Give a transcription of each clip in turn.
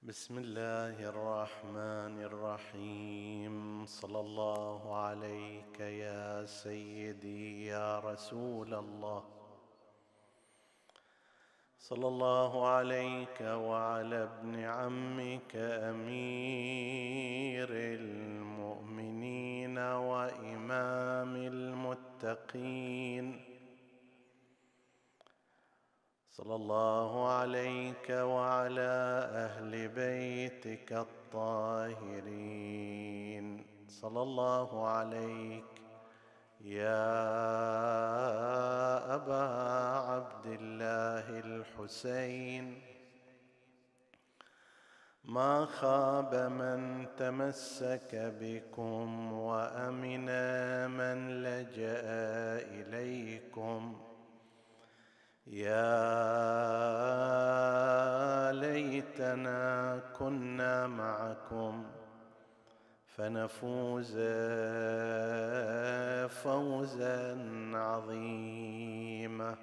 بسم الله الرحمن الرحيم. صلى الله عليك يا سيدي يا رسول الله. صلى الله عليك وعلى ابن عمك أمير المؤمنين وإمام المتقين. صلى الله عليك وعلى أهل بيتك الطاهرين. صلى الله عليك يا أبا عبد الله الحسين. ما خاب من تمسك بكم وأمن من لجأ إليكم. يا ليتنا كنا معكم فنفوز فوزا عظيما.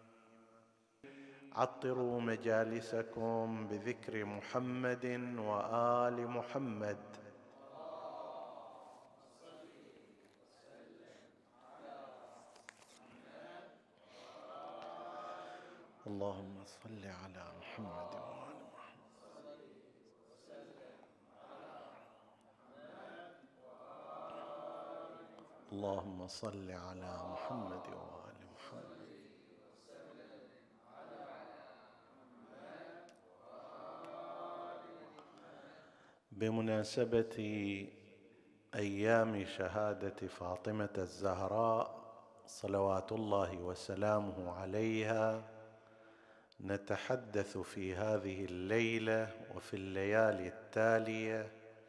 عطروا مجالسكم بذكر محمد وآل محمد. اللهم صل على محمد وآل محمد. اللهم صل على محمد وآل محمد. بمناسبة أيام شهادة فاطمة الزهراء صلوات الله وسلامه عليها، نتحدث في هذه الليلة وفي الليالي التالية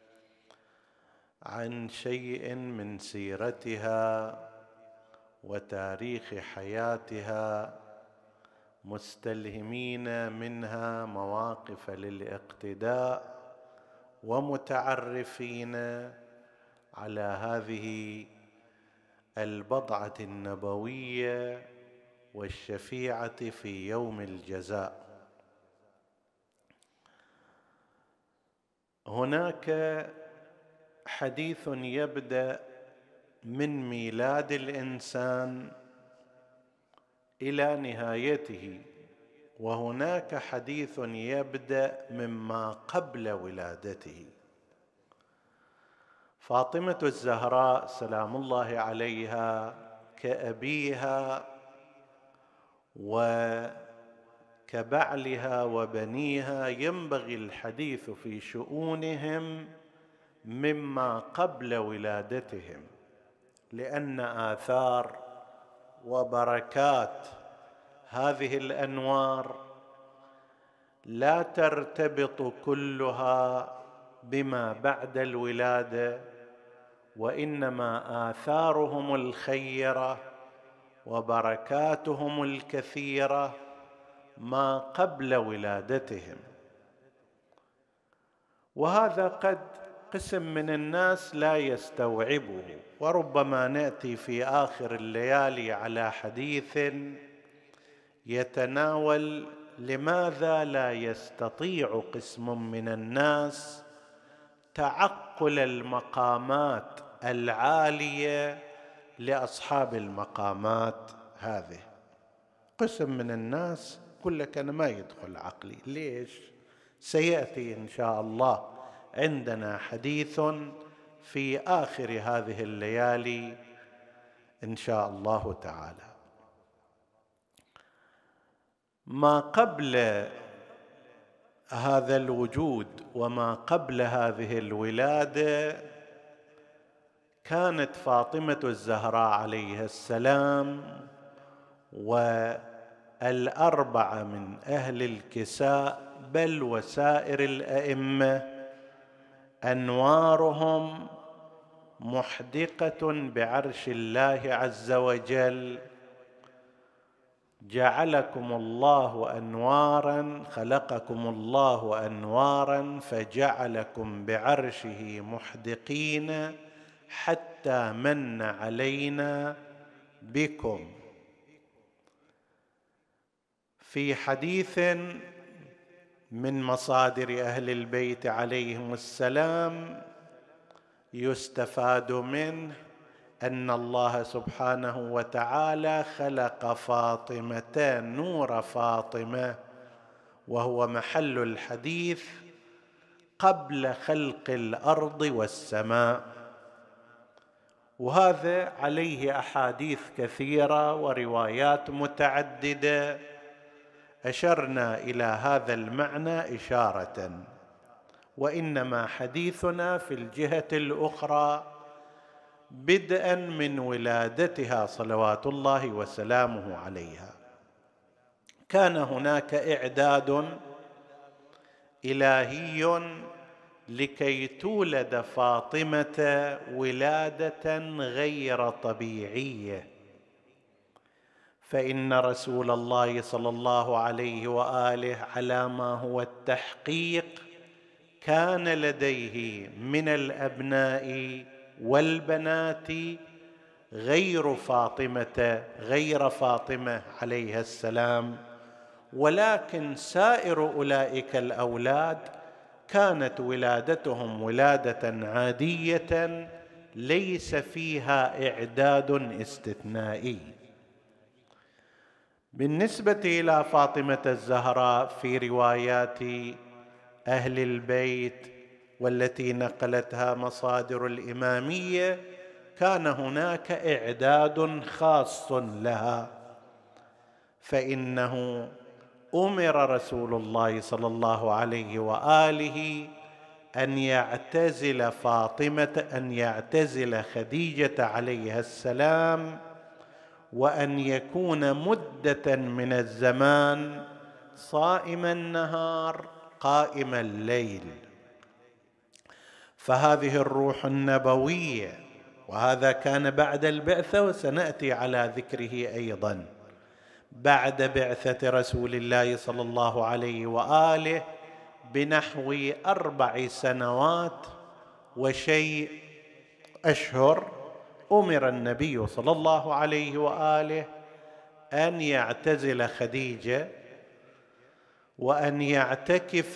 عن شيء من سيرتها وتاريخ حياتها، مستلهمين منها مواقف للاقتداء ومتعرفين على هذه البضعة النبوية والشفيعة في يوم الجزاء. هناك حديث يبدأ من ميلاد الإنسان إلى نهايته، وهناك حديث يبدأ مما قبل ولادته. فاطمة الزهراء سلام الله عليها كأبيها وكبعلها وبنيها ينبغي الحديث في شؤونهم مما قبل ولادتهم، لأن آثار وبركات هذه الأنوار لا ترتبط كلها بما بعد الولادة، وإنما آثارهم الخيرة وبركاتهم الكثيرة ما قبل ولادتهم. وهذا قد قسم من الناس لا يستوعبه، وربما نأتي في آخر الليالي على حديث يتناول لماذا لا يستطيع قسم من الناس تعقل المقامات العالية لأصحاب المقامات هذه. قسم من الناس يقول لك أنا ما يدخل عقلي. ليش؟ سيأتي إن شاء الله عندنا حديث في آخر هذه الليالي إن شاء الله تعالى. ما قبل هذا الوجود وما قبل هذه الولادة كانت فاطمة الزهراء عليها السلام والأربعة من أهل الكساء بل وسائر الأئمة أنوارهم محدقة بعرش الله عز وجل. جعلكم الله أنوارا، خلقكم الله أنوارا فجعلكم بعرشه محدقين حتى من علينا بكم. في حديث من مصادر أهل البيت عليهم السلام يستفاد منه أن الله سبحانه وتعالى خلق فاطمة نور فاطمة، وهو محل الحديث، قبل خلق الأرض والسماء. وهذا عليه أحاديث كثيرة وروايات متعددة، أشرنا إلى هذا المعنى إشارة، وإنما حديثنا في الجهة الأخرى بدءا من ولادتها صلوات الله وسلامه عليها. كان هناك إعداد إلهي لكي تولد فاطمة ولادة غير طبيعية، فإن رسول الله صلى الله عليه وآله على ما هو التحقيق كان لديه من الأبناء والبنات غير فاطمة عليها السلام، ولكن سائر أولئك الأولاد كانت ولادتهم ولادة عادية ليس فيها إعداد استثنائي. بالنسبة إلى فاطمة الزهراء في روايات أهل البيت والتي نقلتها مصادر الإمامية، كان هناك إعداد خاص لها، فإنه أمر رسول الله صلى الله عليه وآله أن يعتزل خديجة عليها السلام، وأن يكون مدة من الزمان صائم النهار قائم الليل. فهذه الروح النبوية، وهذا كان بعد البعثة، وسنأتي على ذكره أيضا بعد بعثة رسول الله صلى الله عليه وآله بنحو 4 سنوات وشيء أشهر، أمر النبي صلى الله عليه وآله أن يعتزل خديجة وأن يعتكف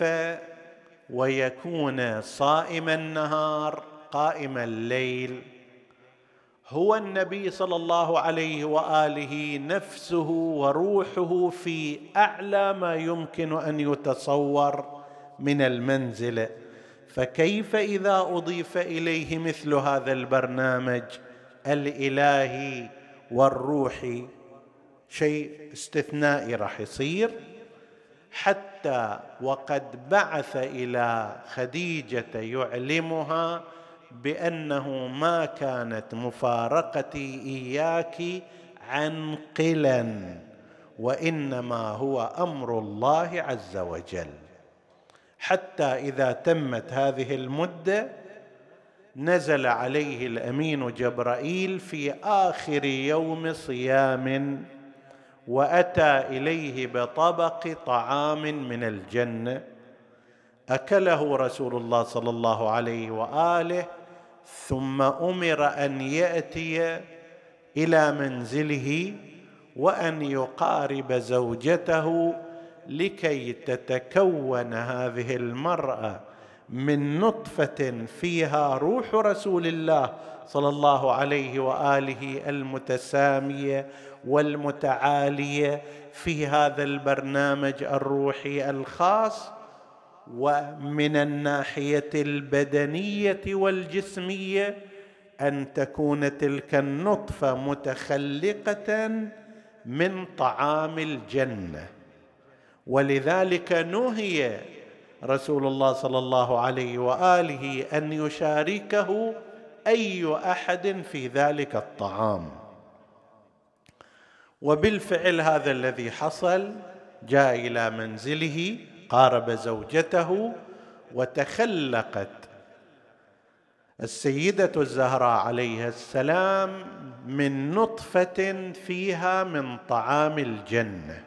ويكون صائم النهار قائم الليل. هو النبي صلى الله عليه وآله نفسه وروحه في أعلى ما يمكن أن يتصور من المنزلة، فكيف إذا أضيف إليه مثل هذا البرنامج الإلهي والروحي؟ شيء استثنائي راح يصير. حتى وقد بعث إلى خديجة يعلمها بأنه ما كانت مفارقتي إياك عنقلا، وإنما هو أمر الله عز وجل. حتى إذا تمت هذه المدة نزل عليه الأمين جبرائيل في آخر يوم صيام، وأتى إليه بطبق طعام من الجنة، أكله رسول الله صلى الله عليه وآله، ثم أمر أن يأتي إلى منزله وأن يقارب زوجته لكي تتكون هذه المرأة من نطفة فيها روح رسول الله صلى الله عليه وآله المتسامية والمتعالية في هذا البرنامج الروحي الخاص، ومن الناحية البدنية والجسمية أن تكون تلك النطفة متخلقة من طعام الجنة. ولذلك نهي رسول الله صلى الله عليه وآله أن يشاركه أي أحد في ذلك الطعام. وبالفعل هذا الذي حصل، جاء إلى منزله، قارب زوجته، وتخلقت السيدة الزهراء عليها السلام من نطفة فيها من طعام الجنة.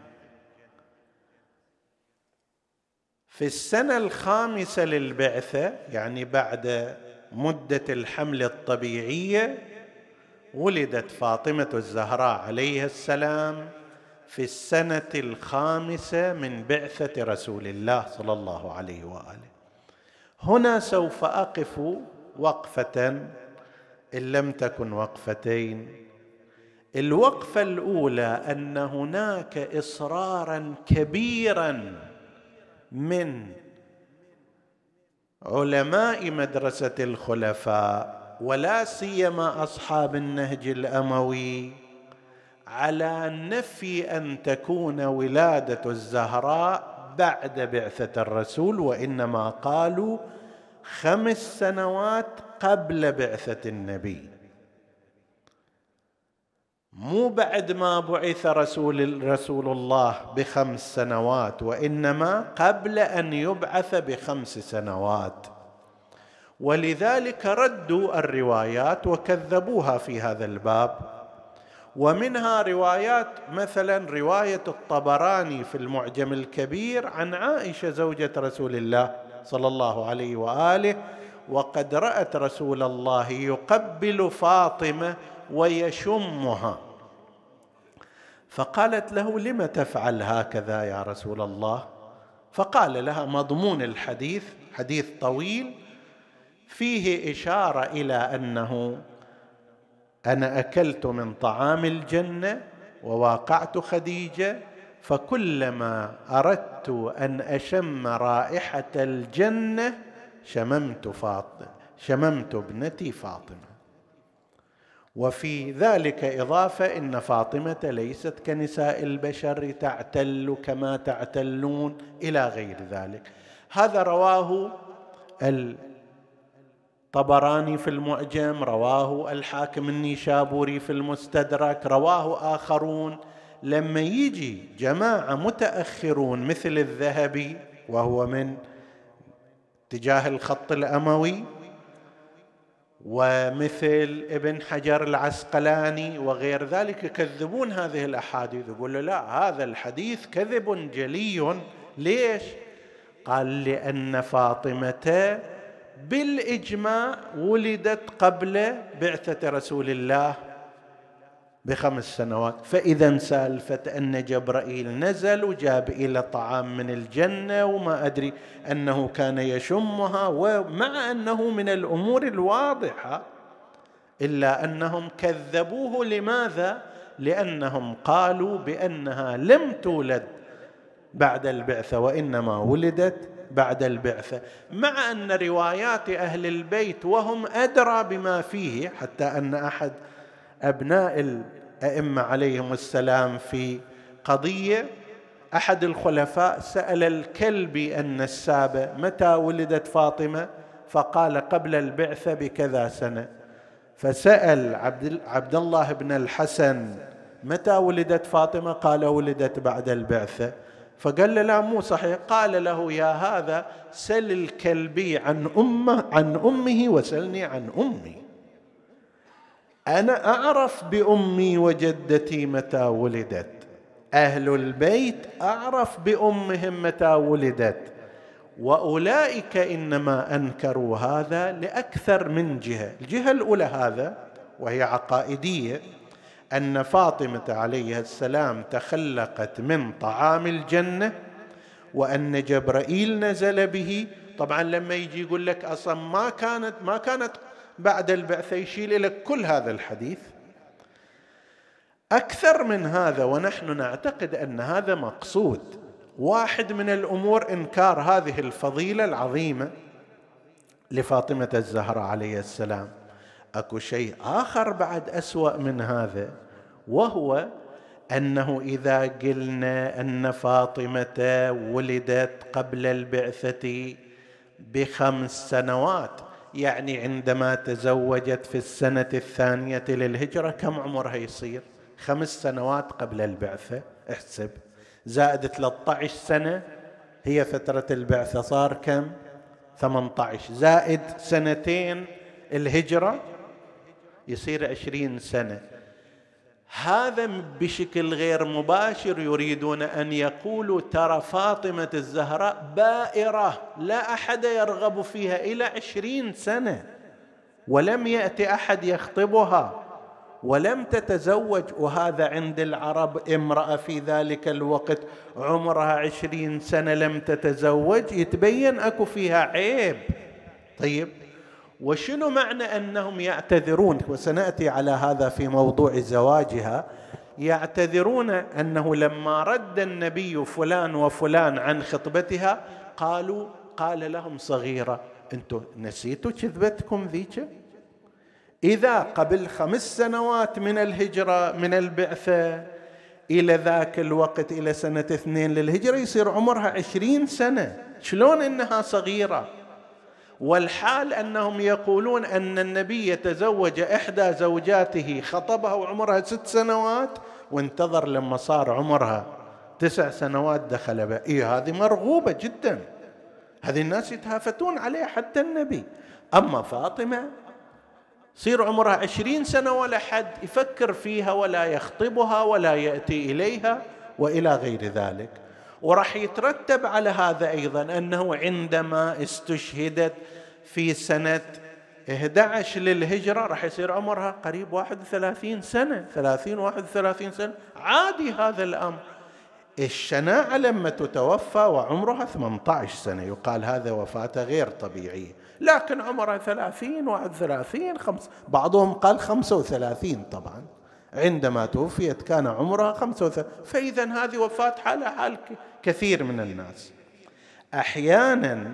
في السنة 5 للبعثة، يعني بعد مدة الحمل الطبيعية، ولدت فاطمة الزهراء عليها السلام في السنة 5 من بعثة رسول الله صلى الله عليه وآله. هنا سوف أقف وقفة إن لم تكن وقفتين. الوقفة الأولى أن هناك إصرارا كبيرا من علماء مدرسة الخلفاء ولا سيما أصحاب النهج الأموي على نفي أن تكون ولادة الزهراء بعد بعثة الرسول، وإنما قالوا 5 سنوات قبل بعثة النبي، مو بعد ما بعث رسول الله ب5 سنوات، وإنما قبل أن يبعث ب5 سنوات. ولذلك ردوا الروايات وكذبوها في هذا الباب. ومنها روايات، مثلا رواية الطبراني في المعجم الكبير عن عائشة زوجة رسول الله صلى الله عليه وآله، وقد رأت رسول الله يقبل فاطمة ويشمها، فقالت له: لم تفعل هكذا يا رسول الله؟ فقال لها مضمون الحديث، حديث طويل فيه إشارة إلى أنه أنا أكلت من طعام الجنة وواقعت خديجة، فكلما أردت أن أشم رائحة الجنة شممت ابنتي فاطمة. وفي ذلك إضافة إن فاطمة ليست كنساء البشر تعتل كما تعتلون إلى غير ذلك. هذا رواه الطبراني في المعجم، رواه الحاكم النيشابوري في المستدرك، رواه آخرون. لما يجي جماعة متأخرون مثل الذهبي وهو من اتجاه الخط الأموي، ومثل ابن حجر العسقلاني وغير ذلك، يكذبون هذه الأحاديث، يقول له لا، هذا الحديث كذب جلي. ليش؟ قال: لأن فاطمة بالإجماع ولدت قبل بعثة رسول الله ب5 سنوات. فإذا سالفة أن جبرائيل نزل وجاب إلى طعام من الجنة وما أدري أنه كان يشمها، ومع أنه من الأمور الواضحة، إلا أنهم كذبوه. لماذا؟ لأنهم قالوا بأنها لم تولد بعد البعثة وإنما ولدت بعد البعثة، مع أن روايات أهل البيت وهم أدرى بما فيه، حتى أن أحد أبناء الأئمة عليهم السلام في قضية، أحد الخلفاء سأل الكلبي النسابة: متى ولدت فاطمة؟ فقال: قبل البعثة بكذا سنة. فسأل عبد الله بن الحسن: متى ولدت فاطمة؟ قال: ولدت بعد البعثة. فقال له: لا، مو صحيح. قال له: يا هذا، سل الكلبي عن أمه وسلني عن أمي. أنا أعرف بأمي وجدتي متى ولدت، أهل البيت أعرف بأمهم متى ولدت، وأولئك إنما أنكروا هذا لأكثر من جهة. الجهة الأولى هذا وهي عقائدية، أن فاطمة عليها السلام تخلقت من طعام الجنة، وأن جبرائيل نزل به. طبعا لما يجي يقول لك أصلا ما كانت بعد البعثة، يشيل لك كل هذا الحديث. أكثر من هذا، ونحن نعتقد أن هذا مقصود. واحد من الأمور إنكار هذه الفضيلة العظيمة لفاطمة الزهراء عليه السلام. أكو شيء آخر بعد أسوأ من هذا، وهو أنه إذا قلنا أن فاطمة ولدت قبل البعثة ب5 سنوات، يعني عندما تزوجت في السنة 2 للهجرة كم عمرها يصير؟ 5 سنوات قبل البعثة. احسب، زائد 13 سنة هي فترة البعثة، صار كم؟ 18، زائد 2 الهجرة يصير 20 سنة. هذا بشكل غير مباشر يريدون أن يقولوا ترى فاطمة الزهراء بائرة لا أحد يرغب فيها إلى 20 سنة، ولم يأتي أحد يخطبها، ولم تتزوج، وهذا عند العرب امرأة في ذلك الوقت عمرها 20 سنة لم تتزوج، يتبين أكو فيها عيب. طيب، وشنو معنى أنهم يعتذرون؟ وسنأتي على هذا في موضوع زواجها. يعتذرون أنه لما رد النبي فلان وفلان عن خطبتها قال لهم صغيرة. أنتم نسيتوا كذبتكم ذيك؟ إذا قبل 5 سنوات من الهجرة، من البعثة إلى ذاك الوقت، إلى سنة 2 للهجرة، يصير عمرها 20 سنة، شلون إنها صغيرة؟ والحال أنهم يقولون أن النبي تزوج إحدى زوجاته، خطبها وعمرها 6 سنوات، وانتظر لما صار عمرها 9 سنوات دخل بها. هذه مرغوبة جدا، هذه الناس يتهافتون عليها حتى النبي. أما فاطمة صير عمرها 20 سنة ولا حد يفكر فيها ولا يخطبها ولا يأتي إليها وإلى غير ذلك. وراح يترتب على هذا أيضا أنه عندما استشهدت في سنة 11 للهجرة راح يصير عمرها قريب 31 سنة، 31 سنة. عادي هذا الأمر. الشناعة لما تتوفى وعمرها 18 سنة يقال هذا وفاة غير طبيعية، لكن عمرها 30 31 بعضهم قال 35 طبعا، عندما توفيت كان عمرها 35. فإذا هذه وفاة حالها حال كثير من الناس. أحيانا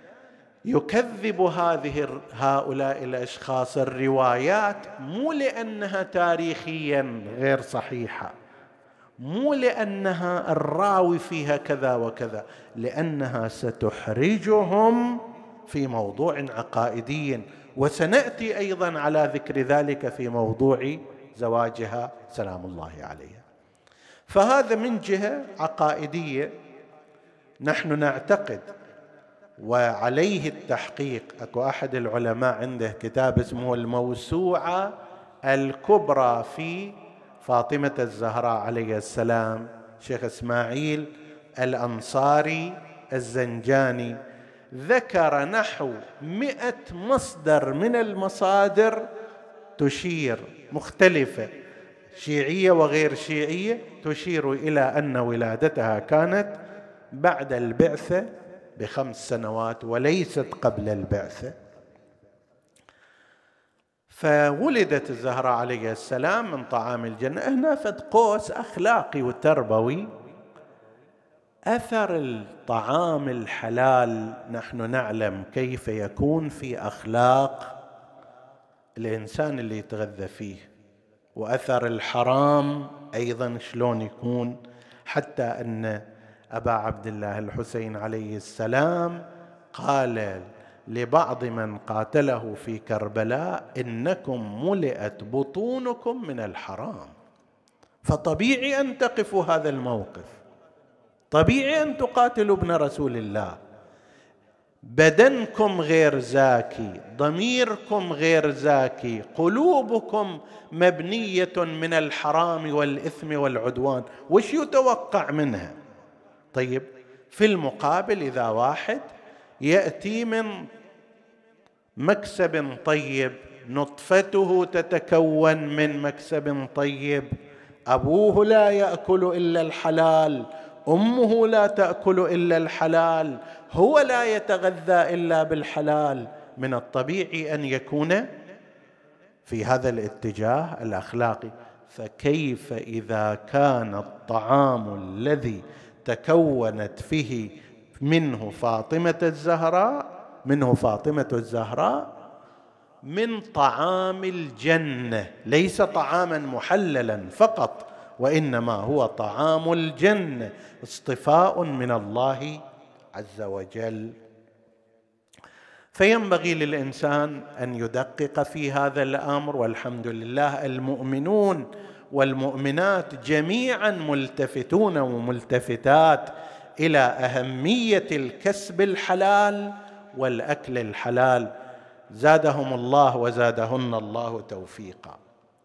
يكذب هؤلاء الأشخاص الروايات مو لأنها تاريخيا غير صحيحة، مو لأنها الراوي فيها كذا وكذا، لأنها ستحرجهم في موضوع عقائدي، وسنأتي أيضا على ذكر ذلك في موضوع زواجها سلام الله عليها. فهذا من جهة عقائدية نحن نعتقد وعليه التحقيق. أكو أحد العلماء عنده كتاب اسمه الموسوعة الكبرى في فاطمة الزهراء عليه السلام، شيخ إسماعيل الأنصاري الزنجاني، ذكر نحو 100 مصدر من المصادر تشير مختلفة، شيعية وغير شيعية، تشير إلى أن ولادتها كانت بعد البعثة ب5 سنوات وليست قبل البعثة. فولدت الزهراء عليه السلام من طعام الجنة. هنا فد قوس أخلاقي وتربوي. أثر الطعام الحلال نحن نعلم كيف يكون في أخلاق الإنسان اللي يتغذى فيه، وأثر الحرام أيضا شلون يكون، حتى أن أبا عبد الله الحسين عليه السلام قال لبعض من قاتله في كربلاء: إنكم ملئت بطونكم من الحرام. فطبيعي أن تقفوا هذا الموقف، طبيعي أن تقاتلوا ابن رسول الله. بدنكم غير زاكي، ضميركم غير زاكي، قلوبكم مبنية من الحرام والإثم والعدوان، وش يتوقع منها؟ طيب، في المقابل إذا واحد يأتي من مكسب طيب، نطفته تتكون من مكسب طيب، أبوه لا يأكل إلا الحلال، أمه لا تأكل إلا الحلال، هو لا يتغذى إلا بالحلال، من الطبيعي أن يكون في هذا الاتجاه الأخلاقي. فكيف إذا كان الطعام الذي تكونت فيه منه فاطمة الزهراء من طعام الجنة، ليس طعاما محللا فقط، وإنما هو طعام الجنة، اصطفاء من الله عز وجل. فينبغي للإنسان أن يدقق في هذا الأمر. والحمد لله المؤمنون والمؤمنات جميعا ملتفتون وملتفتات إلى أهمية الكسب الحلال والأكل الحلال، زادهم الله وزادهن الله توفيقا.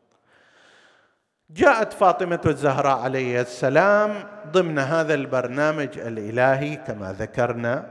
جاءت فاطمة الزهراء عليه السلام ضمن هذا البرنامج الإلهي كما ذكرنا،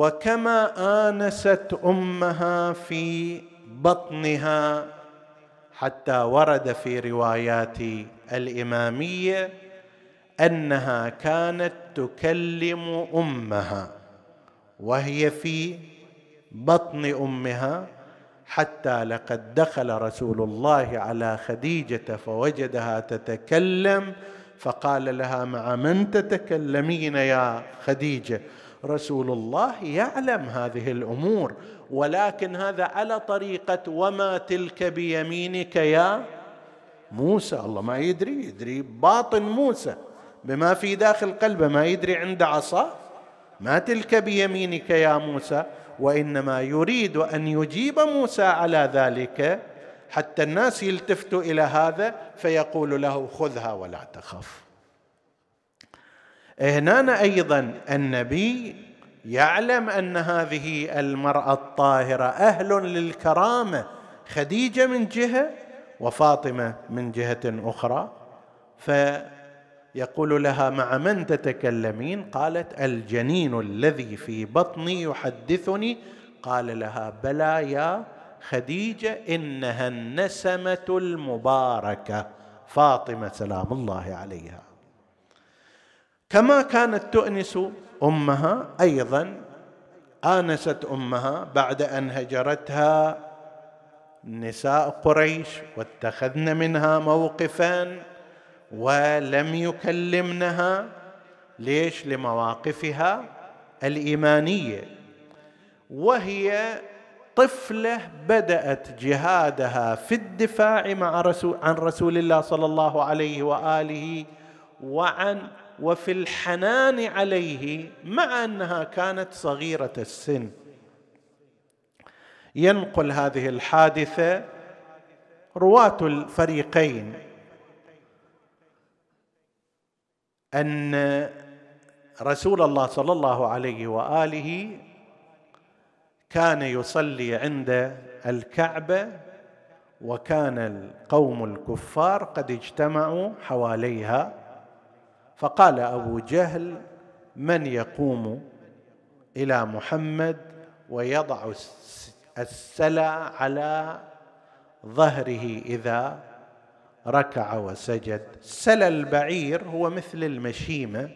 وكما آنست أمها في بطنها حتى ورد في روايات الإمامية أنها كانت تكلم أمها وهي في بطن أمها، حتى لقد دخل رسول الله على خديجة فوجدها تتكلم فقال لها: مع من تتكلمين يا خديجة؟ رسول الله يعلم هذه الأمور، ولكن هذا على طريقة وما تلك بيمينك يا موسى. الله ما يدري باطن موسى بما في داخل قلبه، ما يدري عند عصا. ما تلك بيمينك يا موسى، وإنما يريد أن يجيب موسى على ذلك حتى الناس يلتفتوا إلى هذا، فيقول له: خذها ولا تخف. هنا أيضا النبي يعلم أن هذه المرأة الطاهرة أهل للكرامة، خديجة من جهة وفاطمة من جهة أخرى، فيقول لها: مع من تتكلمين؟ قالت: الجنين الذي في بطني يحدثني. قال لها: بلى يا خديجة، إنها النسمة المباركة فاطمة سلام الله عليها. كما كانت تؤنس أمها، أيضا آنست أمها بعد أن هجرتها نساء قريش واتخذن منها موقفا ولم يكلمنها. ليش؟ لمواقفها الإيمانية، وهي طفلة بدأت جهادها في الدفاع عن رسول الله صلى الله عليه وآله وفي الحنان عليه، مع أنها كانت صغيرة السن. ينقل هذه الحادثة رواة الفريقين أن رسول الله صلى الله عليه وآله كان يصلي عند الكعبة، وكان القوم الكفار قد اجتمعوا حواليها، فقال أبو جهل: من يقوم إلى محمد ويضع السلع على ظهره إذا ركع وسجد؟ سلى البعير هو مثل المشيمة،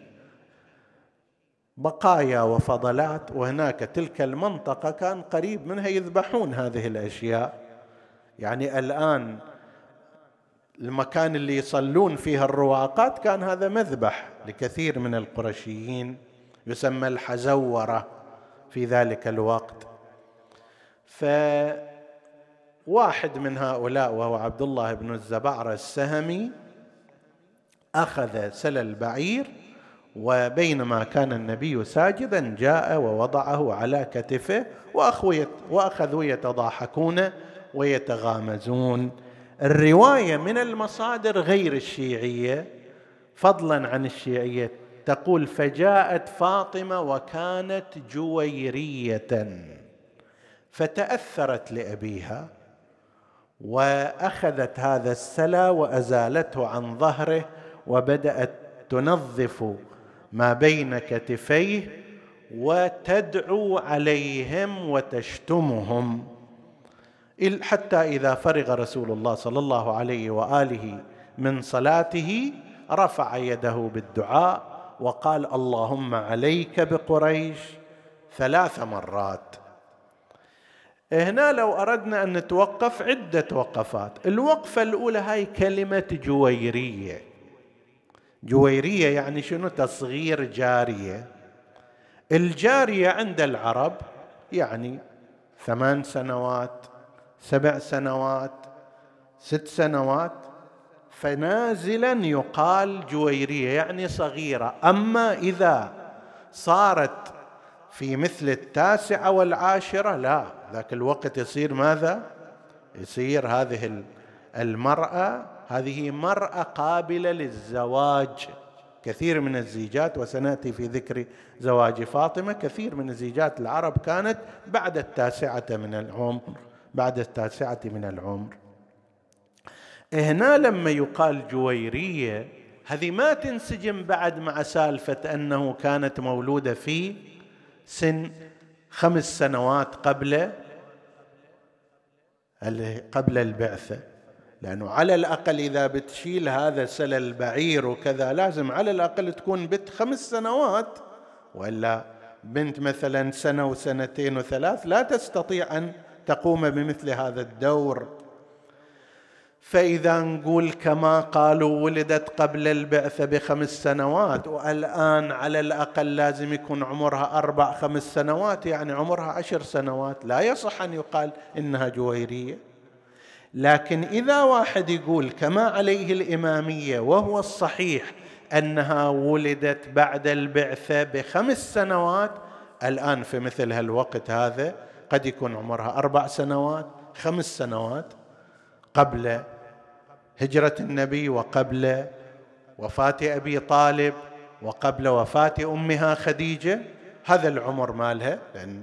بقايا وفضلات، وهناك تلك المنطقة كان قريب منها يذبحون هذه الأشياء. يعني الآن المكان اللي يصلون فيه الرواقات كان هذا مذبح لكثير من القرشيين، يسمى الحزورة في ذلك الوقت. فواحد من هؤلاء وهو عبد الله بن الزبعرة السهمي أخذ سلى البعير، وبينما كان النبي ساجدا جاء ووضعه على كتفه، وأخذوا يتضاحكون ويتغامزون. الرواية من المصادر غير الشيعية، فضلا عن الشيعية، تقول: فجاءت فاطمة وكانت جويرية، فتأثرت لأبيها وأخذت هذا السلى وأزالته عن ظهره، وبدأت تنظف ما بين كتفيه وتدعو عليهم وتشتمهم، حتى إذا فرغ رسول الله صلى الله عليه وآله من صلاته رفع يده بالدعاء وقال: اللهم عليك بقريش 3 مرات. هنا لو أردنا أن نتوقف عدة وقفات. الوقفة الأولى هاي كلمة جويرية. جويرية يعني شنو؟ تصغير جارية. الجارية عند العرب يعني 8 سنوات 7 سنوات 6 سنوات، فنازلا يقال جويرية يعني صغيرة. أما إذا صارت في مثل 9 و10 لا، ذاك الوقت يصير ماذا؟ يصير هذه المرأة هذه مرأة قابلة للزواج. كثير من الزيجات، وسنأتي في ذكر زواج فاطمة، كثير من الزيجات العرب كانت بعد 9 من العمر، بعد 9 من العمر. هنا لما يقال جويرية، هذه ما تنسجم بعد مع سالفة أنه كانت مولودة في سن 5 سنوات قبل البعثة. لأنه على الأقل إذا بتشيل هذا سل البعير وكذا لازم على الأقل تكون بنت 5 سنوات، وإلا بنت مثلا سنة وسنتين وثلاث لا تستطيع أن تقوم بمثل هذا الدور. فإذا نقول كما قالوا ولدت قبل البعثة ب5 سنوات والآن على الأقل لازم يكون عمرها 4-5 سنوات، يعني عمرها 10 سنوات، لا يصح أن يقال إنها جويرية. لكن إذا واحد يقول كما عليه الإمامية وهو الصحيح أنها ولدت بعد البعثة ب5 سنوات، الآن في مثل هالوقت هذا قد يكون عمرها 4 سنوات 5 سنوات قبل هجرة النبي وقبل وفاة أبي طالب وقبل وفاة أمها خديجة. هذا العمر مالها، لأن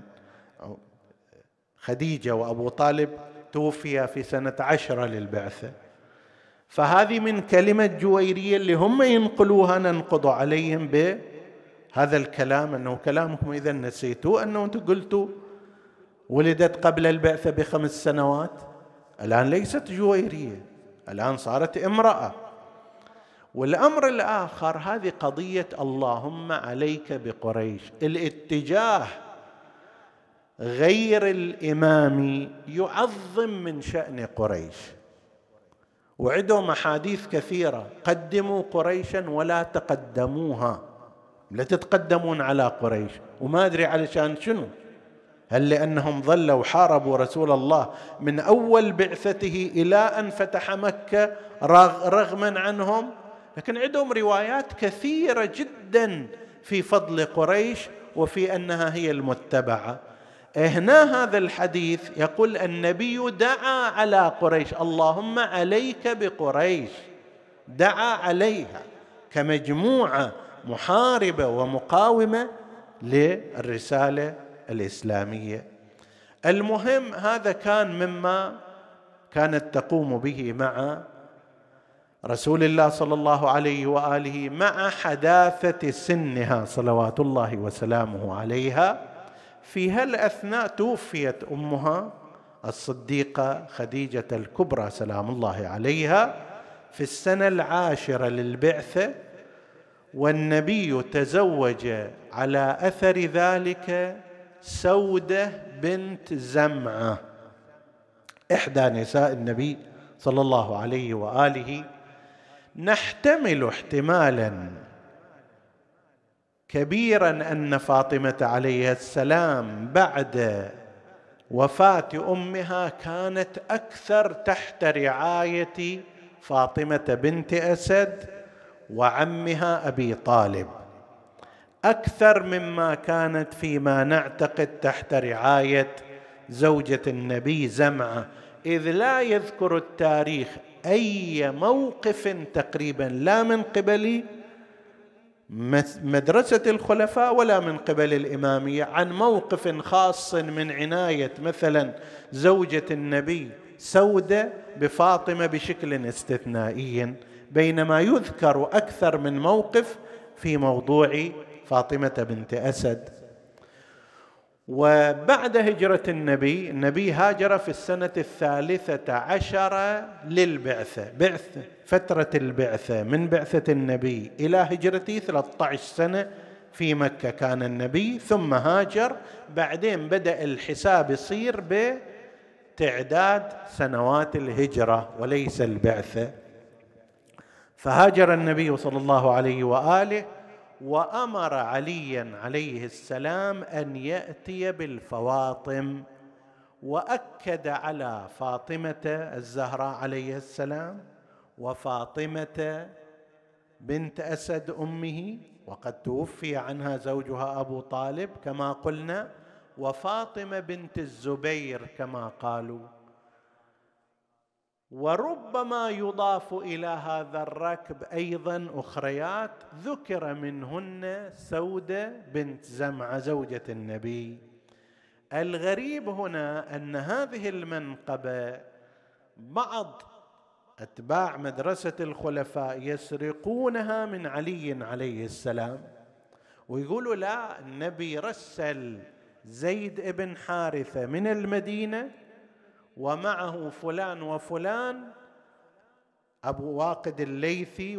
خديجة وأبو طالب توفي في سنة 10 للبعثة. فهذه من كلمة جويرية اللي هم ينقلوها ننقض عليهم بهذا الكلام، أنه كلامكم إذا نسيتوا أنه أنتم قلتوا ولدت قبل البعثة ب5 سنوات، الآن ليست جويرية، الآن صارت امرأة. والأمر الآخر هذه قضية اللهم عليك بقريش، الاتجاه غير الإمامي يعظم من شأن قريش، وعندهم أحاديث كثيرة قدموا قريشا ولا تقدموها، لا تتقدمون على قريش، وما أدري علشان شنو، هل لأنهم ظلوا حاربوا رسول الله من أول بعثته إلى أن فتح مكة رغما عنهم؟ لكن عندهم روايات كثيرة جدا في فضل قريش وفي أنها هي المتبعة. هنا هذا الحديث يقول النبي دعا على قريش، اللهم عليك بقريش، دعا عليها كمجموعة محاربة ومقاومة للرسالة الإسلامية. المهم هذا كان مما كانت تقوم به مع رسول الله صلى الله عليه وآله مع حداثة سنها صلوات الله وسلامه عليها. في هالأثناء توفيت أمها الصديقة خديجة الكبرى سلام الله عليها في السنة 10 للبعثة، والنبي تزوج على أثر ذلك سودة بنت زمعة، إحدى نساء النبي صلى الله عليه وآله. نحتمل احتمالا كبيرا أن فاطمة عليه السلام بعد وفاة أمها كانت أكثر تحت رعاية فاطمة بنت أسد وعمها أبي طالب، أكثر مما كانت فيما نعتقد تحت رعاية زوجة النبي زمعة، إذ لا يذكر التاريخ أي موقف تقريبا لا من قبل مدرسة الخلفاء ولا من قبل الإمامية عن موقف خاص من عناية مثلا زوجة النبي سودة بفاطمة بشكل استثنائي، بينما يذكر أكثر من موقف في موضوع فاطمة بنت أسد. وبعد هجرة النبي هاجر في السنة 13 للبعثة، فترة البعثة من بعثة النبي إلى هجرته 13 سنة في مكة كان النبي، ثم هاجر، بعدين بدأ الحساب يصير بتعداد سنوات الهجرة وليس البعثة. فهاجر النبي صلى الله عليه وآله وأمر عليا عليه السلام أن يأتي بالفواطم، وأكد على فاطمة الزهراء عليه السلام وفاطمة بنت أسد أمه، وقد توفي عنها زوجها أبو طالب كما قلنا، وفاطمة بنت الزبير كما قالوا. وربما يضاف إلى هذا الركب أيضا أخريات ذكر منهن سودة بنت زمعة زوجة النبي. الغريب هنا أن هذه المنقبة بعض أتباع مدرسة الخلفاء يسرقونها من علي عليه السلام، ويقولوا لا، النبي رسل زيد بن حارثة من المدينة ومعه فلان وفلان أبو واقد الليثي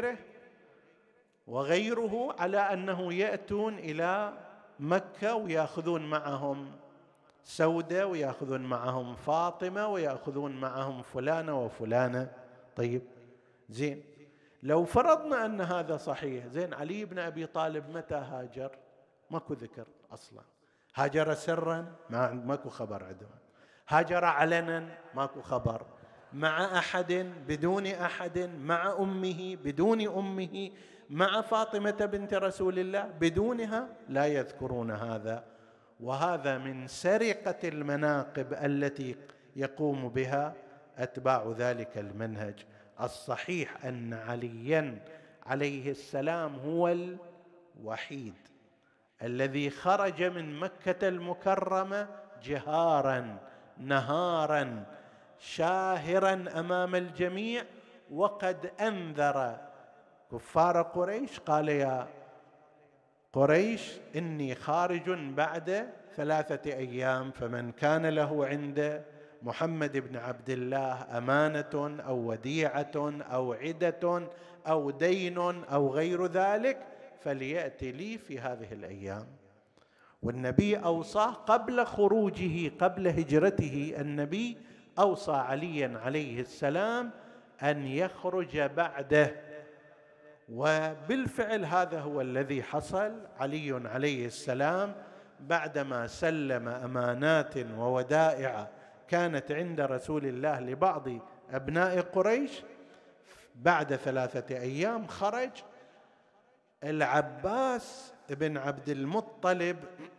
وغيره على أنه يأتون إلى مكة ويأخذون معهم سودة ويأخذون معهم فاطمة ويأخذون معهم فلانة وفلانة. طيب زين، لو فرضنا أن هذا صحيح، زين علي بن أبي طالب متى هاجر؟ ماكو ذكر أصلا. هاجر سرا؟ ماكو خبر عندهم. هاجر علنا؟ ماكو خبر. مع أحد؟ بدون أحد. مع أمه؟ بدون أمه. مع فاطمة بنت رسول الله؟ بدونها. لا يذكرون هذا. وهذا من سرقة المناقب التي يقوم بها أتباع ذلك المنهج. الصحيح أن عليا عليه السلام هو الوحيد الذي خرج من مكة المكرمة جهارا نهارا شاهرا أمام الجميع، وقد أنذر كفار قريش، قال يا قريش إني خارج بعد 3 أيام، فمن كان له عند محمد بن عبد الله أمانة أو وديعة أو عدة أو دين أو غير ذلك فليأتي لي في هذه الأيام. والنبي أوصاه قبل خروجه، قبل هجرته، النبي أوصى عليا عليه السلام أن يخرج بعده، وبالفعل هذا هو الذي حصل. علي عليه السلام بعدما سلم أمانات وودائع كانت عند رسول الله لبعض أبناء قريش، بعد 3 أيام خرج. العباس بن عبد المطلب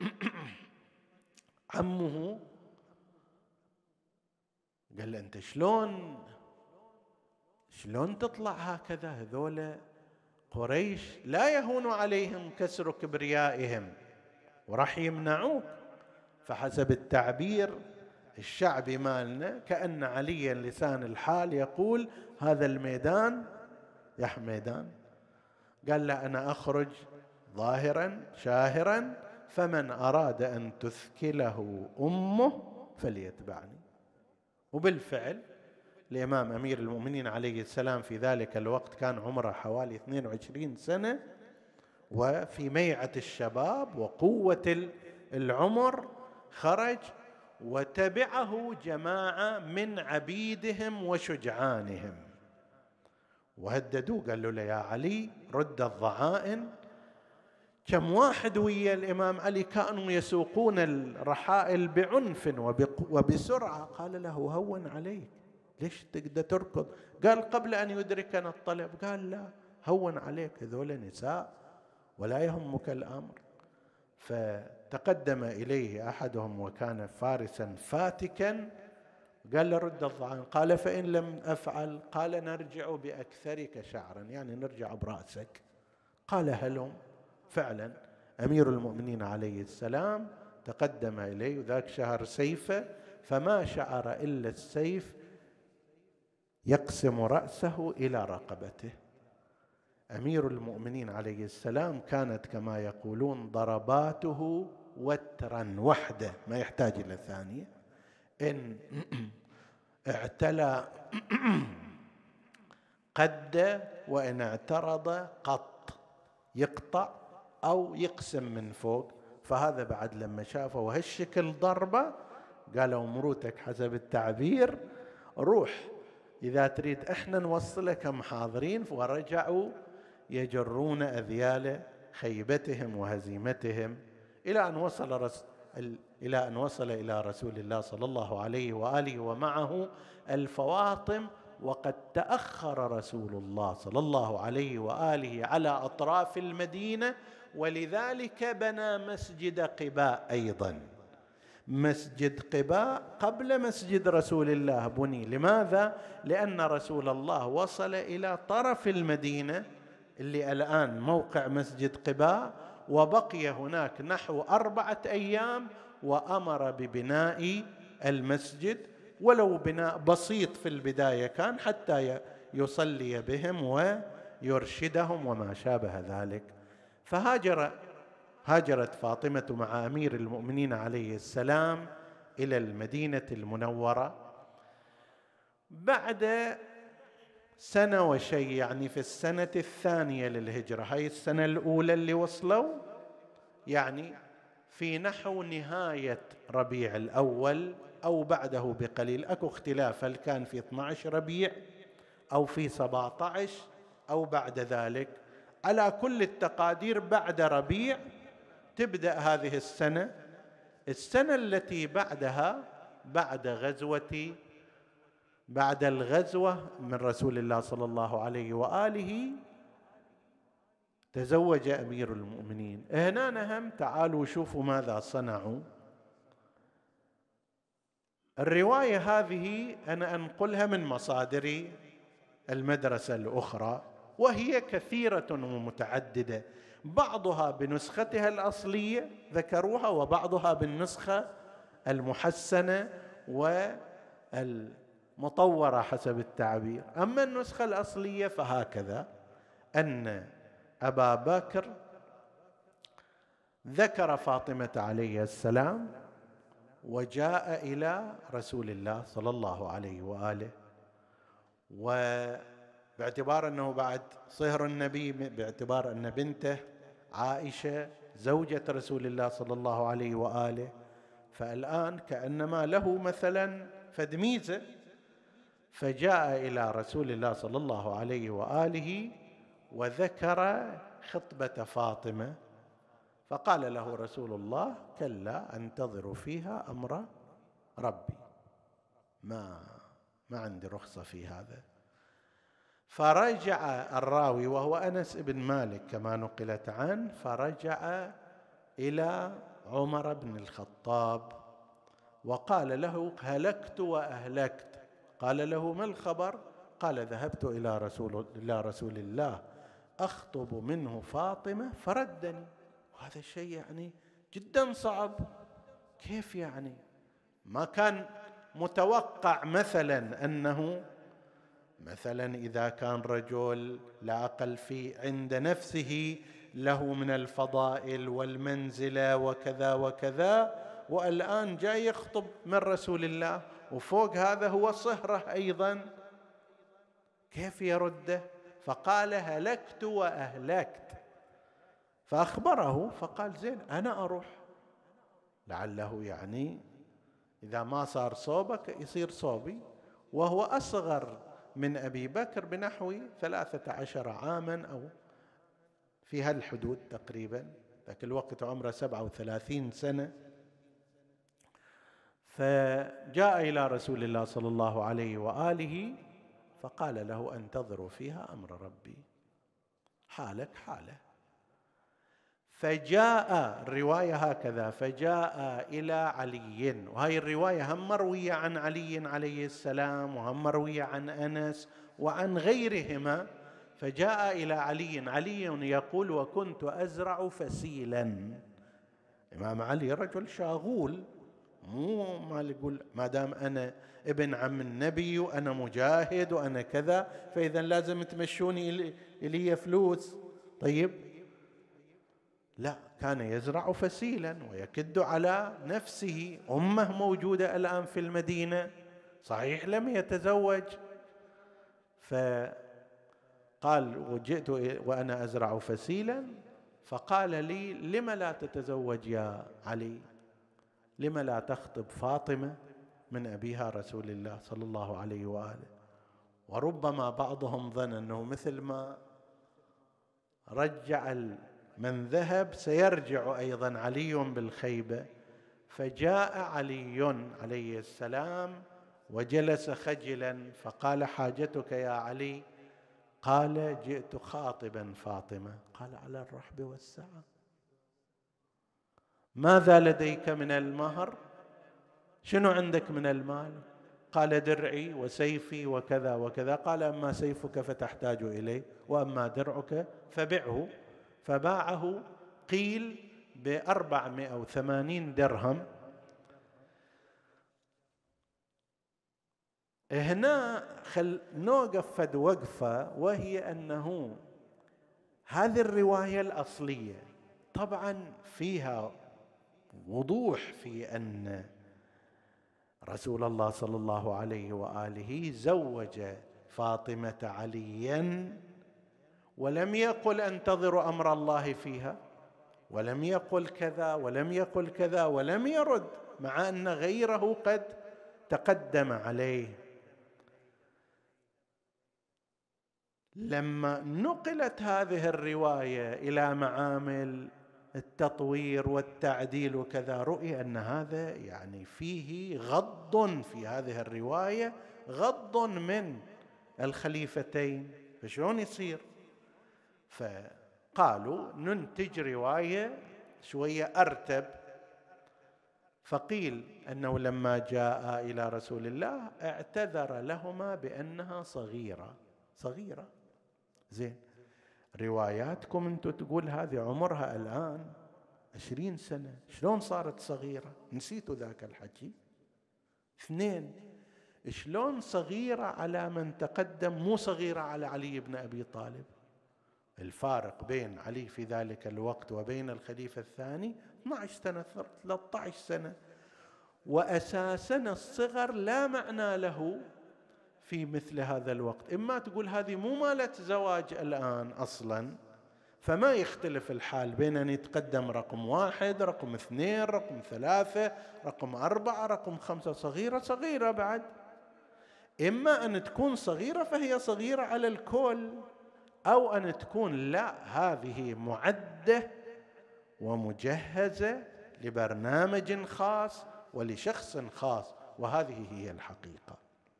عمه قال له أنت شلون تطلع هكذا؟ هذول قريش لا يهون عليهم كسر كبريائهم وراح يمنعوك. فحسب التعبير الشعبي مالنا كأن عليا لسان الحال يقول هذا الميدان يا حميدان. قال له أنا أخرج ظاهرا شاهرا، فمن أراد أن تثكله أمه فليتبعني. وبالفعل الإمام أمير المؤمنين عليه السلام في ذلك الوقت كان عمره حوالي 22 سنة، وفي ميعة الشباب وقوة العمر خرج، وتبعه جماعة من عبيدهم وشجعانهم وهددوه، قالوا له يا علي رد الضعائن. كم واحد ويا الإمام علي كانوا يسوقون الرحائل بعنف وبسرعة. قال له هون عليك، ليش تقدر تركض؟ قال قبل أن يدركنا الطلب. قال لا، هون عليك، هذول نساء ولا يهمك الأمر. فتقدم إليه أحدهم وكان فارسا فاتكا، قال له رد الضعائن. قال فإن لم أفعل؟ قال نرجع بأكثرك شعرا، يعني نرجع برأسك. قال هلم. فعلا أمير المؤمنين عليه السلام تقدم إليه، وذاك شهر سيفه، فما شعر إلا السيف يقسم رأسه إلى رقبته. أمير المؤمنين عليه السلام كانت كما يقولون ضرباته وترا وحده، ما يحتاج إلى ثانية. إن اعتلى قد، وإن اعترض قط، يقطع أو يقسم من فوق. فهذا بعد لما شافه وهالشكل ضربة قالوا مروتك حسب التعبير روح، إذا تريد إحنا نوصلك محاضرين. ورجعوا يجرون أذيال خيبتهم وهزيمتهم إلى أن وصل إلى رسول الله صلى الله عليه وآله ومعه الفواطم. وقد تأخر رسول الله صلى الله عليه وآله على أطراف المدينة، ولذلك بنى مسجد قباء أيضا. مسجد قباء قبل مسجد رسول الله بني. لماذا؟ لأن رسول الله وصل إلى طرف المدينة اللي الآن موقع مسجد قباء، وبقي هناك نحو 4 أيام، وأمر ببناء المسجد، ولو بناء بسيط في البداية كان حتى يصلي بهم ويرشدهم وما شابه ذلك. هاجرت فاطمة مع أمير المؤمنين عليه السلام إلى المدينة المنورة. بعد سنة وشيء، يعني في السنة الثانية للهجرة. هاي السنة الأولى اللي وصلوا يعني في نحو نهاية ربيع الأول أو بعده بقليل. أكو اختلاف هل كان في 12 ربيع أو في 17 أو بعد ذلك. على كل التقادير بعد ربيع تبدأ هذه السنة. السنة التي بعدها بعد الغزوة من رسول الله صلى الله عليه وآله تزوج أمير المؤمنين. هنا نهم تعالوا شوفوا ماذا صنعوا. الرواية هذه أنا أنقلها من مصادر المدرسة الأخرى، وهي كثيرة ومتعددة، بعضها بنسختها الأصلية ذكروها، وبعضها بالنسخة المحسنة والمطورة حسب التعبير. أما النسخة الأصلية فهكذا: أن أبا بكر ذكر فاطمة عليه السلام وجاء إلى رسول الله صلى الله عليه وآله، وباعتبار أنه بعد صهر النبي، باعتبار أن بنته عائشة زوجة رسول الله صلى الله عليه وآله، فالآن كأنما له مثلا فدميزة، فجاء إلى رسول الله صلى الله عليه وآله وذكر خطبة فاطمة، فقال له رسول الله: كلا أنتظر فيها أمر ربي، ما عندي رخصة في هذا. فرجع الراوي وهو أنس بن مالك كما نقلت عنه، فرجع إلى عمر بن الخطاب وقال له: هلكت وأهلكت. قال له: ما الخبر؟ قال: ذهبت إلى رسول الله أخطب منه فاطمة فردني. وهذا الشيء يعني جدا صعب. كيف يعني؟ ما كان متوقع مثلا أنه مثلا إذا كان رجل لا أقل في عند نفسه له من الفضائل والمنزلة وكذا وكذا، والآن جاي يخطب من رسول الله، وفوق هذا هو صهره أيضا، كيف يرده؟ فقال: هلكت وأهلكت. فأخبره فقال: زين أنا أروح، لعله يعني إذا ما صار صوبك يصير صوبي. وهو أصغر من أبي بكر بنحو 13 عاما أو في هالحدود تقريبا، ذاك الوقت عمره 37 سنة. فجاء إلى رسول الله صلى الله عليه وآله فقال له: أنتظر فيها أمر ربي، حالك حاله. فجاء، الرواية هكذا: فجاء إلى علي، وهي الرواية هم مروية عن علي عليه السلام وهم مروية عن أنس وعن غيرهما. فجاء إلى علي يقول: وكنت أزرع فسيلا. إمام علي رجل شاغول، مو ما يقول ما دام أنا ابن عم النبي وأنا مجاهد وأنا كذا فإذا لازم تمشوني إلي فلوس. طيب لا، كان يزرع فسيلا ويكد على نفسه. أمه موجودة الآن في المدينة، صحيح لم يتزوج. فقال: وجئت وأنا أزرع فسيلا. فقال لي: لم لا تتزوج يا علي؟ لم لا تخطب فاطمة من أبيها رسول الله صلى الله عليه وآله؟ وربما بعضهم ظن أنه مثل ما رجع من ذهب سيرجع أيضا علي بالخيبة. فجاء علي عليه السلام وجلس خجلا، فقال: حاجتك يا علي؟ قال: جئت خاطبا فاطمة. قال: على الرحب والسعة. ماذا لديك من المهر؟ شنو عندك من المال؟ قال: درعي وسيفي وكذا وكذا. قال: أما سيفك فتحتاج إليه، وأما درعك فبعه. فباعه قيل 480 درهم. هنا نوقف فد وقفة، وهي أنه هذه الرواية الأصلية طبعا فيها وضوح في أن رسول الله صلى الله عليه وآله زوج فاطمة عليا، ولم يقل انتظروا أمر الله فيها، ولم يقل كذا ولم يقل كذا، ولم يرد، مع أن غيره قد تقدم عليه. لما نقلت هذه الرواية إلى معامل التطوير والتعديل وكذا، رؤي أن هذا يعني فيه غض في هذه الرواية، غض من الخليفتين، فشلون يصير؟ فقالوا ننتج رواية شوية أرتب. فقيل أنه لما جاء إلى رسول الله اعتذر لهما بأنها صغيرة. زين، رواياتكم أنتم تقول هذه عمرها الآن 20 سنة، شلون صارت صغيرة؟ نسيتوا ذاك الحكي. 2، شلون صغيرة على من تقدم مو صغيرة على علي بن أبي طالب؟ الفارق بين علي في ذلك الوقت وبين الخليفة الثاني 12 سنة 13 سنة، وأساسا الصغر لا معنى له في مثل هذا الوقت. إما تقول هذه مو مالة زواج الآن أصلا، فما يختلف الحال بين أن يتقدم رقم 1 رقم 2 رقم 3 رقم 4 رقم 5، صغيرة بعد. إما أن تكون صغيرة فهي صغيرة على الكل، أو أن تكون لا، هذه معدة ومجهزة لبرنامج خاص ولشخص خاص، وهذه هي الحقيقة.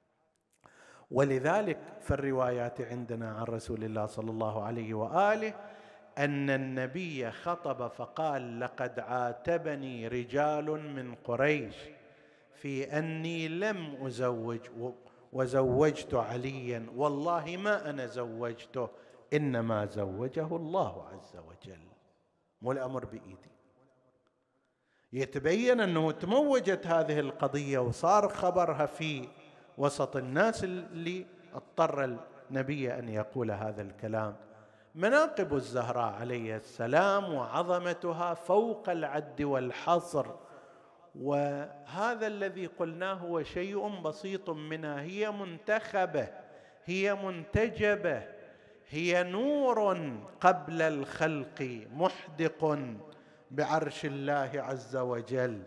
ولذلك في الروايات عندنا عن رسول الله صلى الله عليه وآله أن النبي خطب فقال: لقد عاتبني رجال من قريش في أني لم أزوج وزوجت عليا، والله ما أنا زوجته، إنما زوجه الله عز وجل، مو الأمر بإيدي. يتبين أنه تموجت هذه القضية وصار خبرها في وسط الناس اللي اضطر النبي أن يقول هذا الكلام. مناقب الزهراء عليه السلام وعظمتها فوق العد والحصر، وهذا الذي قلناه هو شيء بسيط منها. هي منتخبة، هي منتجبة، هي نور قبل الخلق محدق بعرش الله عز وجل.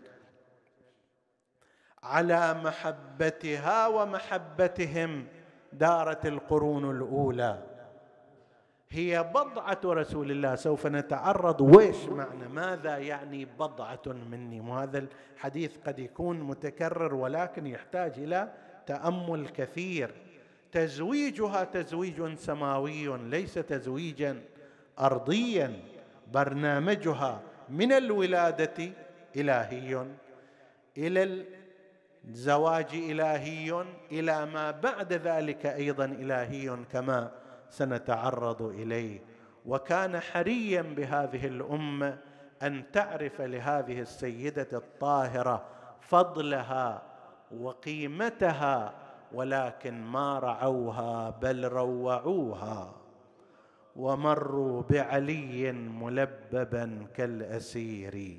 على محبتها ومحبتهم دارت القرون الأولى. هي بضعة رسول الله. سوف نتعرض ويش معنى، ماذا يعني بضعة مني، وهذا الحديث قد يكون متكرر ولكن يحتاج إلى تأمل كثير. تزويجها تزويج سماوي ليس تزويجا أرضيا. برنامجها من الولادة إلهي، إلى الزواج إلهي، إلى ما بعد ذلك أيضا إلهي كما سنتعرض إليه. وكان حريا بهذه الأمة أن تعرف لهذه السيدة الطاهرة فضلها وقيمتها، ولكن ما رعوها بل روعوها، ومروا بعلي ملببا كالأسير.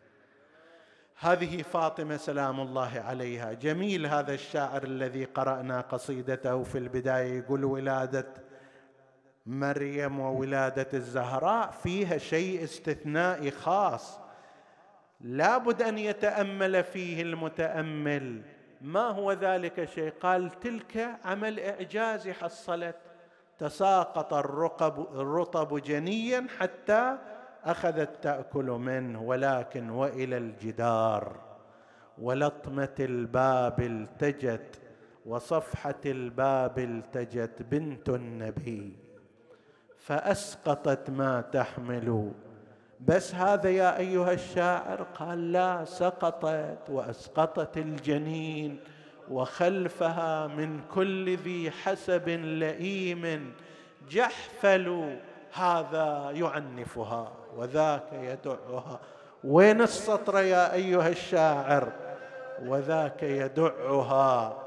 هذه فاطمة سلام الله عليها. جميل هذا الشاعر الذي قرأنا قصيدته في البداية، يقول: ولادة مريم وولادة الزهراء فيها شيء استثنائي خاص لا بد أن يتأمل فيه المتأمل. ما هو ذلك الشيء؟ قال: تلك عمل إعجازي حصلت، تساقط الرطب جنيا حتى أخذت تأكل منه، ولكن وإلى الجدار ولطمة الباب التجت، وصفحة الباب التجت بنت النبي فأسقطت ما تحمل. بس هذا يا أيها الشاعر؟ قال: لا، سقطت وأسقطت الجنين، وخلفها من كل ذي حسب لئيم جحفل، هذا يعنفها وذاك يدعها. وين السطر يا أيها الشاعر؟ وذاك يدعها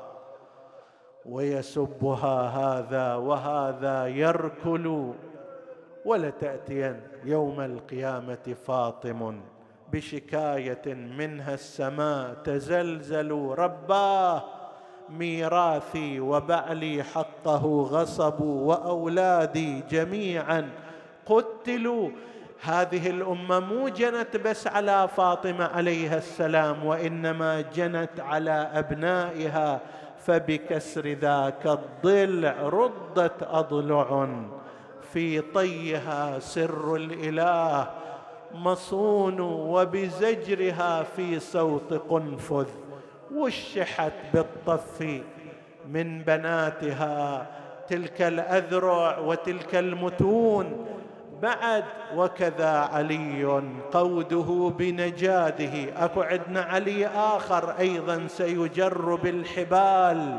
ويسبها هذا، وهذا يركل. ولتأتين يوم القيامة فاطم بشكاية منها السماء تزلزل، رباه ميراثي وبعلي حقه غصبوا وأولادي جميعا قتلوا. هذه الأمة مو جنت بس على فاطمة عليها السلام، وإنما جنت على أبنائها، فبكسر ذاك الضلع ردت أضلع، في طيها سر الإله مصون، وبزجرها في صوت قنفذ وشحت بالطف من بناتها تلك الأذرع وتلك المتون. بعد وكذا علي قوده بنجاده، أكو عندنا علي آخر أيضا سيجر بالحبال.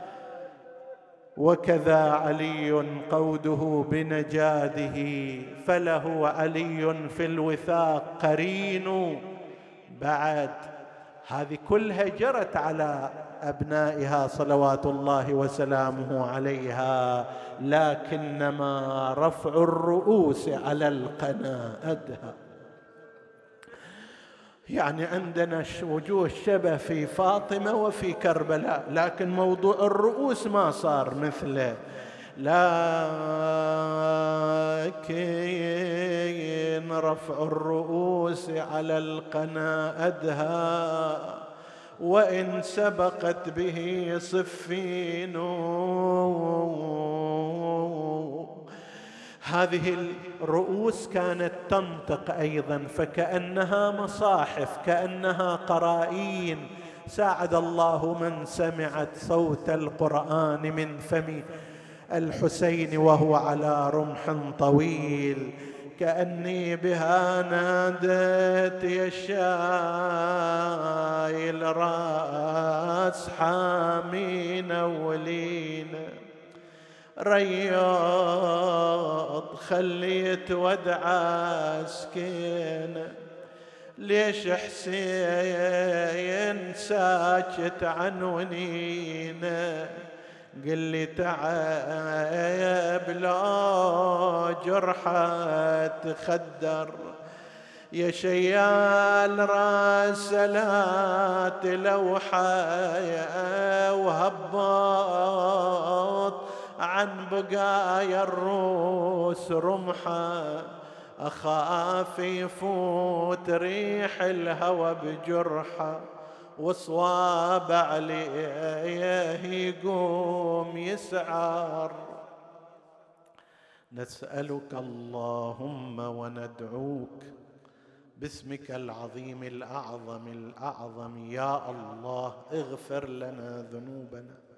وكذا علي قوده بنجاده، فله علي في الوثاق قرين. بعد هذه كلها جرت على أبنائها صلوات الله وسلامه عليها، لكنما رفع الرؤوس على القنا أدهى. يعني عندنا وجوه شبه في فاطمة وفي كربلاء، لكن موضوع الرؤوس ما صار مثله. لكن رفع الرؤوس على القنا أدهى، وإن سبقت به صفين. هذه الرؤوس كانت تنطق أيضا، فكأنها مصاحف، كأنها قرائين. ساعد الله من سمعت صوت القرآن من فم الحسين وهو على رمح طويل، كأني بها نادت يا شايل راس حامين ولين، رياض خليت ودع سكينة، ليش حسين ساكت عن ونينه، قل لي تعب لا جرحة تخدر، يا شيال راسلات لوحة وهبط عن بقايا الروس رمحة، أخاف يفوت ريح الهوى بجرحة، وصواب عليه يقوم يسعر. نسألك اللهم وندعوك باسمك العظيم الأعظم الأعظم، يا الله اغفر لنا ذنوبنا